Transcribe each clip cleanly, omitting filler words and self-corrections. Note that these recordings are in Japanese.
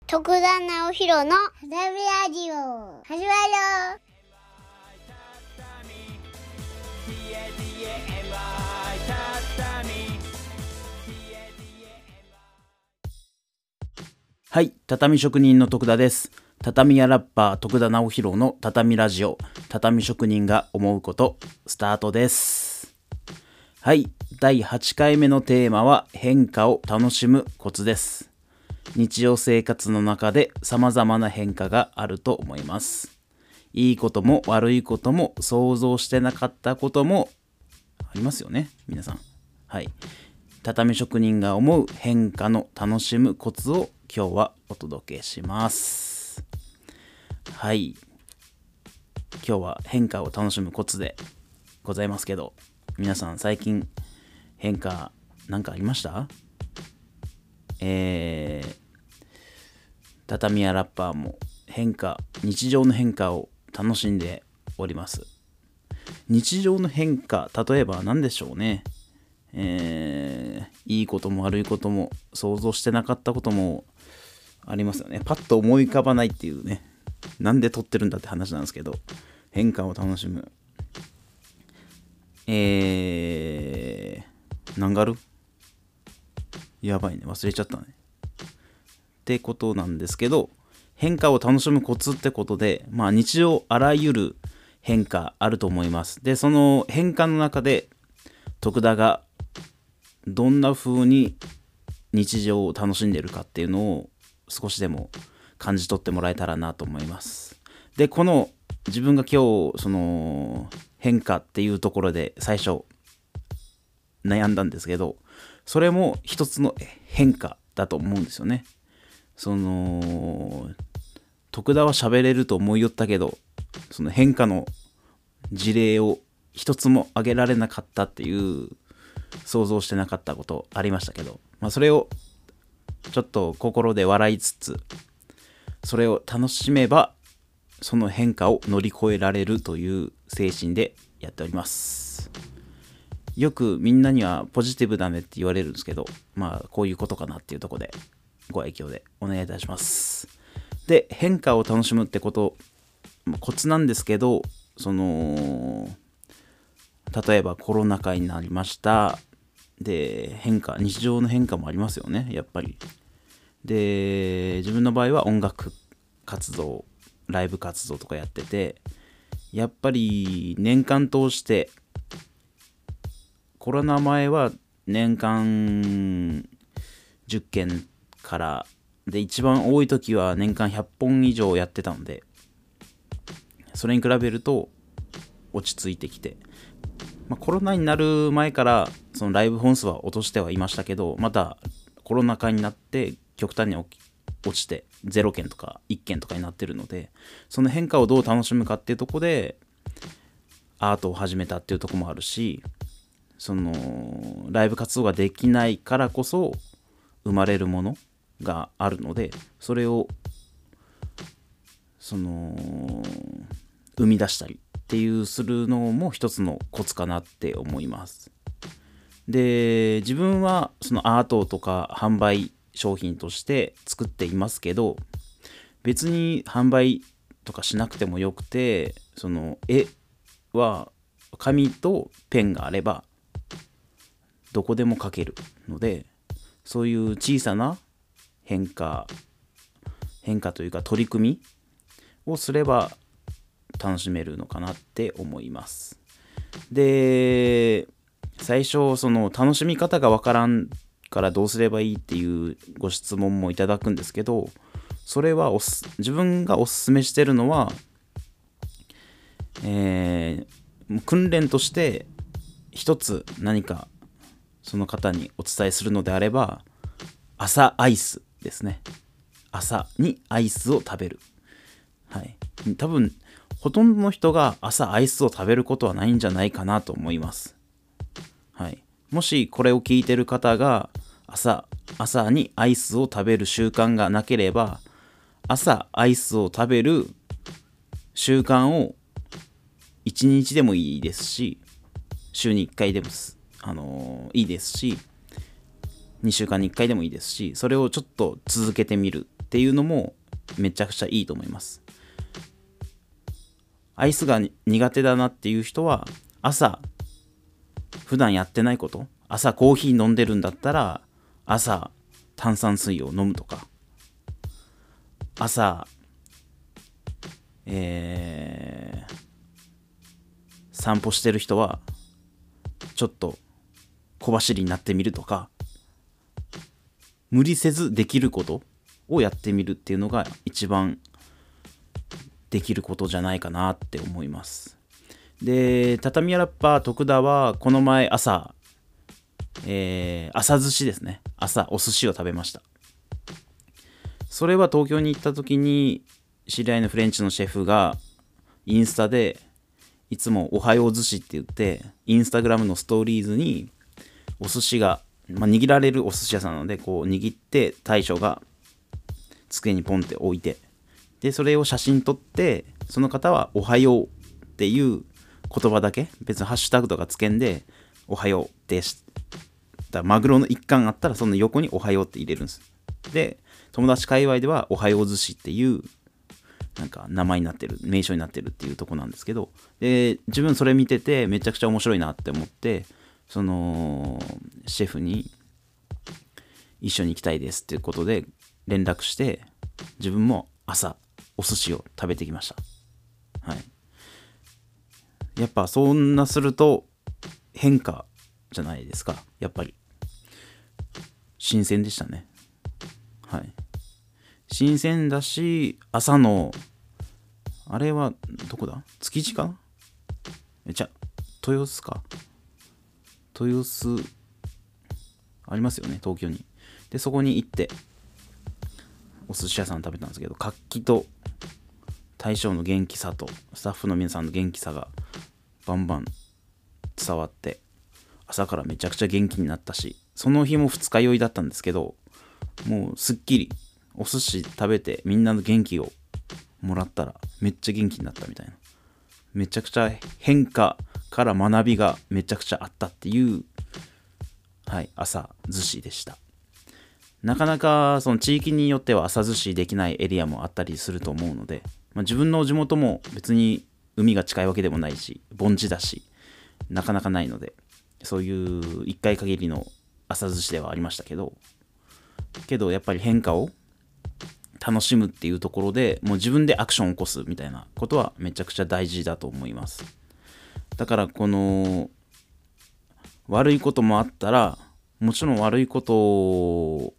徳田直弘のたたみラジオ始まるよ。 はい、畳職人の徳田です。畳屋ラッパー徳田直弘の畳ラジオ、畳職人が思うこと、スタートです。はい、第8回目のテーマは変化を楽しむコツです。日常生活の中で様々な変化があると思います。いいことも悪いことも想像してなかったこともありますよね、皆さん。はい、畳職人が思う変化の楽しむコツを今日はお届けします。はい、今日は変化を楽しむコツでございますけど、皆さん最近変化なんかありました？畳やラッパーも日常の変化を楽しんでおります。日常の変化、例えば何でしょうね。いいことも悪いことも想像してなかったこともありますよね。パッと思い浮かばないっていうね。なんで撮ってるんだって話なんですけど、変化を楽しむ。何がある？やばいね、忘れちゃったね。ってことなんですけど、変化を楽しむコツってことで、日常あらゆる変化あると思います。で、その変化の中で徳田がどんな風に日常を楽しんでいるかっていうのを少しでも感じ取ってもらえたらなと思います。で、この自分が今日その変化っていうところで最初悩んだんですけど、それも一つの変化だと思うんですよね。徳田は喋れると思いよったけど、その変化の事例を一つも挙げられなかったっていう想像してなかったことありましたけど、それをちょっと心で笑いつつ、それを楽しめばその変化を乗り越えられるという精神でやっております。よくみんなにはポジティブだねって言われるんですけど、こういうことかなっていうところでご愛嬌でお願いいたします。で、変化を楽しむってこと、コツなんですけど、例えばコロナ禍になりました。で、日常の変化もありますよね、やっぱり。で、自分の場合は音楽活動、ライブ活動とかやってて、やっぱり年間通して、コロナ前は年間10件からで、一番多い時は年間100本以上やってたので、それに比べると落ち着いてきて、コロナになる前からそのライブ本数は落としてはいましたけど、またコロナ禍になって極端に落ちて0件とか1件とかになってるので、その変化をどう楽しむかっていうところでアートを始めたっていうところもあるし、そのライブ活動ができないからこそ生まれるものがあるので、それを生み出したりっていうするのも一つのコツかなって思います。で、自分はそのアートとか販売商品として作っていますけど、別に販売とかしなくてもよくて、その絵は紙とペンがあればどこでも描けるので、そういう小さな変化というか取り組みをすれば楽しめるのかなって思います。で、最初その楽しみ方がわからんからどうすればいいっていうご質問もいただくんですけど、それは自分がおすすめしてるのは、訓練として一つ何かその方にお伝えするのであれば、朝アイスですね。朝にアイスを食べる。はい。多分ほとんどの人が朝アイスを食べることはないんじゃないかなと思います。はい。もしこれを聞いてる方が朝にアイスを食べる習慣がなければ、朝アイスを食べる習慣を1日でもいいですし、週に1回でもいいですし、2週間に1回でもいいですし、それをちょっと続けてみるっていうのもめちゃくちゃいいと思います。アイスが苦手だなっていう人は、朝普段やってないこと、朝コーヒー飲んでるんだったら朝炭酸水を飲むとか、朝散歩してる人はちょっと小走りになってみるとか、無理せずできることをやってみるっていうのが一番できることじゃないかなって思います。で、畳屋ラッパー徳田はこの前朝、朝寿司ですね。朝お寿司を食べました。それは東京に行った時に知り合いのフレンチのシェフがインスタでいつもおはよう寿司って言ってインスタグラムのストーリーズにお寿司が、握られるお寿司屋さんなのでこう握って大将が机にポンって置いて、でそれを写真撮って、その方はおはようっていう言葉だけ、別にハッシュタグとかつけんでおはようってだマグロの一貫あったらその横におはようって入れるんです。で友達界隈ではおはよう寿司っていうなんか名前になってる、名称になってるっていうとこなんですけど、で自分それ見ててめちゃくちゃ面白いなって思って、そのシェフに一緒に行きたいですっていうことで連絡して、自分も朝お寿司を食べてきました。はい。やっぱそんなすると変化じゃないですか。やっぱり新鮮でしたね。はい。新鮮だし、朝のあれはどこだ？築地かな？豊洲か。豊洲ありますよね、東京に。でそこに行ってお寿司屋さん食べたんですけど、活気と大将の元気さとスタッフの皆さんの元気さがバンバン伝わって、朝からめちゃくちゃ元気になったし、その日も二日酔いだったんですけど、もうすっきりお寿司食べてみんなの元気をもらったらめっちゃ元気になったみたいな、めちゃくちゃ変化から学びがめちゃくちゃあったっていう、はい、朝寿司でした。なかなかその地域によっては朝寿司できないエリアもあったりすると思うので、自分の地元も別に海が近いわけでもないし盆地だし、なかなかないので、そういう一回限りの朝寿司ではありましたけどやっぱり変化を楽しむっていうところでもう自分でアクションを起こすみたいなことはめちゃくちゃ大事だと思います。だからこの悪いこともあったら、もちろん悪いことを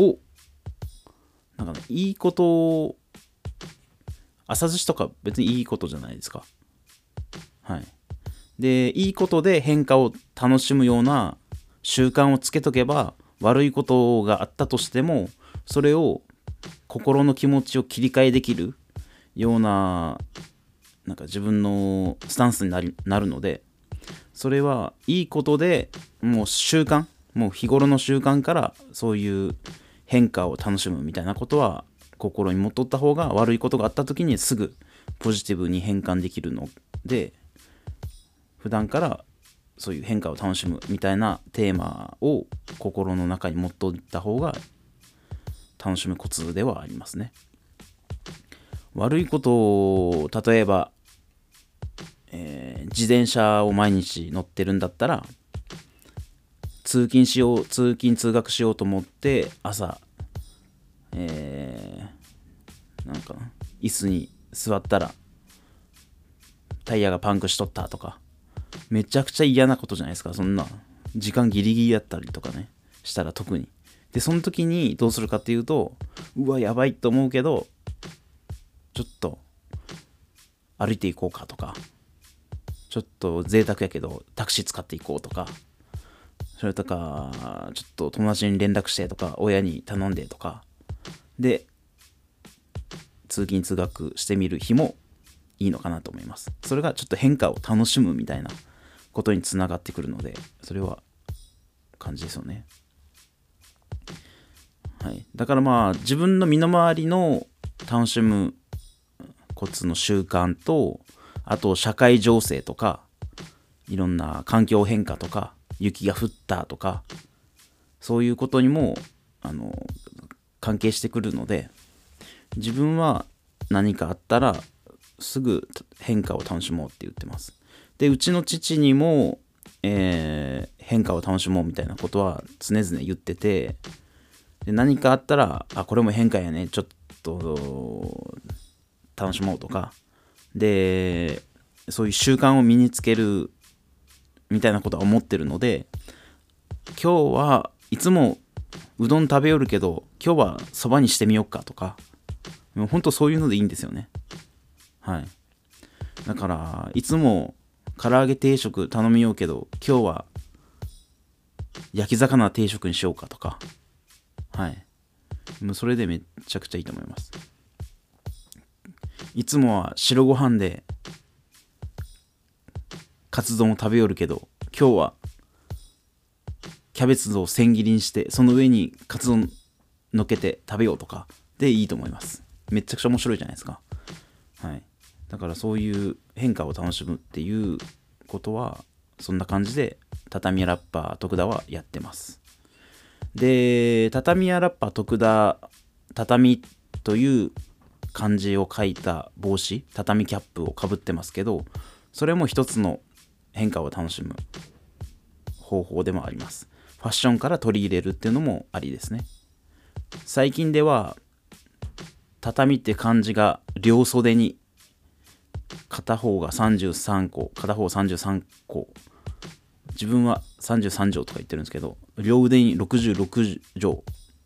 なんかね、いいことを、朝寿司とか別にいいことじゃないですか。はい。でいいことで変化を楽しむような習慣をつけとけば、悪いことがあったとしてもそれを心の気持ちを切り替えできるような、なんか自分のスタンスになるので、それはいいことで、もう習慣、もう日頃の習慣からそういう変化を楽しむみたいなことは心に持っとった方が、悪いことがあった時にすぐポジティブに変換できるので、普段からそういう変化を楽しむみたいなテーマを心の中に持っとった方が楽しむコツではありますね。悪いことを、例えば、自転車を毎日乗ってるんだったら、通勤通学しようと思って朝、なんかな、椅子に座ったらタイヤがパンクしとったとか、めちゃくちゃ嫌なことじゃないですか。そんな時間ギリギリやったりとかねしたら特に。でその時にどうするかっていうと、うわやばいと思うけどちょっと歩いていこうかとか、ちょっと贅沢やけどタクシー使っていこうとか、それとかちょっと友達に連絡してとか、親に頼んでとかで通勤通学してみる日もいいのかなと思います。それがちょっと変化を楽しむみたいなことにつながってくるので、それは感じですよね。はい、だから自分の身の回りの楽しむコツの習慣と、あと社会情勢とかいろんな環境変化とか、雪が降ったとか、そういうことにも関係してくるので、 自分は何かあったらすぐ変化を楽しもうって言ってます。でうちの父にも、変化を楽しもうみたいなことは常々言ってて、で何かあったらこれも変化やね、ちょっと楽しもうとかで、そういう習慣を身につけるみたいなことは思ってるので、今日はいつもうどん食べよるけど今日はそばにしてみようかとか、もうほんとそういうのでいいんですよね。はい。だからいつも唐揚げ定食頼みようけど今日は焼き魚定食にしようかとか、はい。もうそれでめっちゃくちゃいいと思います。いつもは白ご飯でカツ丼を食べよるけど今日はキャベツを千切りにしてその上にカツ丼乗っけて食べようとかでいいと思います。めっちゃくちゃ面白いじゃないですか。はい。だからそういう変化を楽しむっていうことはそんな感じで畳屋ラッパー徳田はやってます。で畳屋ラッパー徳田、畳という漢字を書いた帽子、畳キャップをかぶってますけど、それも一つの変化を楽しむ方法でもあります。ファッションから取り入れるっていうのもありですね。最近では畳って漢字が両袖に片方が33個片方33個、自分は33畳とか言ってるんですけど、両腕に66畳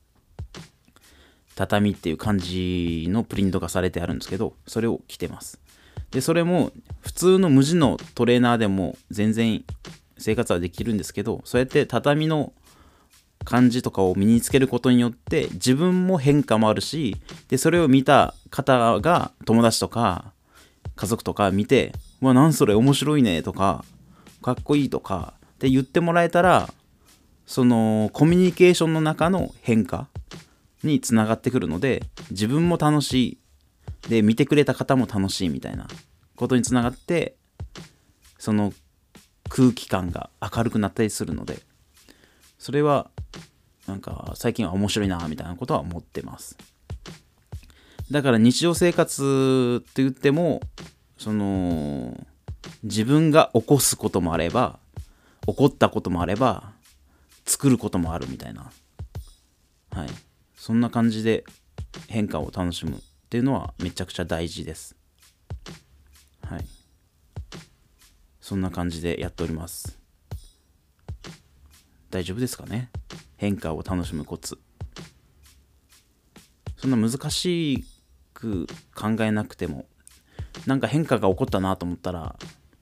畳っていう漢字のプリントがされてあるんですけど、それを着てます。でそれも普通の無地のトレーナーでも全然生活はできるんですけど、そうやって畳の漢字とかを身につけることによって自分も変化もあるし、でそれを見た方が友達とか家族とか見て、うわなんそれ面白いねとかかっこいいとかって言ってもらえたら、そのコミュニケーションの中の変化につながってくるので、自分も楽しいで見てくれた方も楽しいみたいなことにつながって、その空気感が明るくなったりするので、それはなんか最近は面白いなみたいなことは思ってます。だから日常生活って言っても、その自分が起こすこともあれば起こったこともあれば作ることもあるみたいな、はい、そんな感じで変化を楽しむっていうのはめちゃくちゃ大事です。はい、そんな感じでやっております。大丈夫ですかね。変化を楽しむコツ、そんな難しく考えなくても、なんか変化が起こったなと思ったら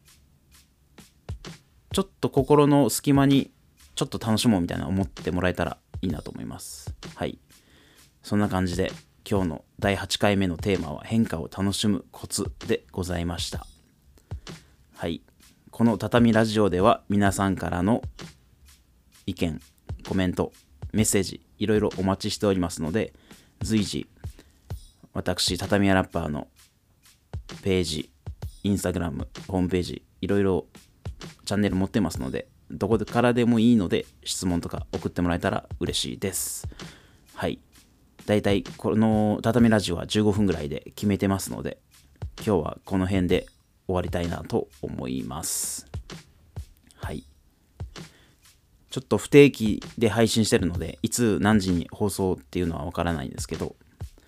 ちょっと心の隙間にちょっと楽しもうみたいな思ってもらえたらいいなと思います。はい、そんな感じで今日の第8回目のテーマは変化を楽しむコツでございました。はい、この畳ラジオでは皆さんからの意見、コメント、メッセージいろいろお待ちしておりますので、随時私畳屋ラッパーのページ、インスタグラム、ホームページいろいろチャンネル持ってますので、どこからでもいいので質問とか送ってもらえたら嬉しいです。はい、だいたいこの畳ラジオは15分ぐらいで決めてますので、今日はこの辺で終わりたいなと思います。はい、ちょっと不定期で配信してるのでいつ何時に放送っていうのはわからないんですけど、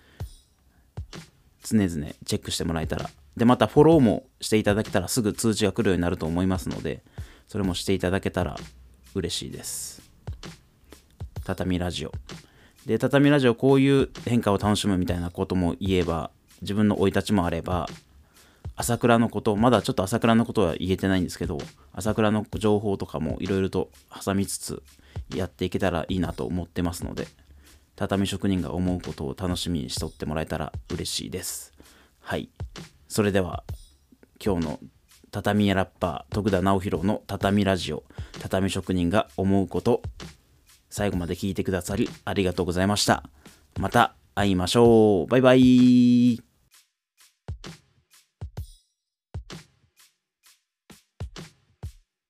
常々チェックしてもらえたら、でまたフォローもしていただけたらすぐ通知が来るようになると思いますので、それもしていただけたら嬉しいです。畳ラジオで、畳ラジオこういう変化を楽しむみたいなことも言えば、自分の生い立ちもあれば、朝倉のこと、まだちょっと朝倉のことは言えてないんですけど、朝倉の情報とかもいろいろと挟みつつやっていけたらいいなと思ってますので、畳職人が思うことを楽しみにしとってもらえたら嬉しいです。はい、それでは今日の畳屋ラッパー徳田直弘の畳ラジオ、畳職人が思うこと、最後まで聞いてくださりありがとうございました。また会いましょう。バイバイ。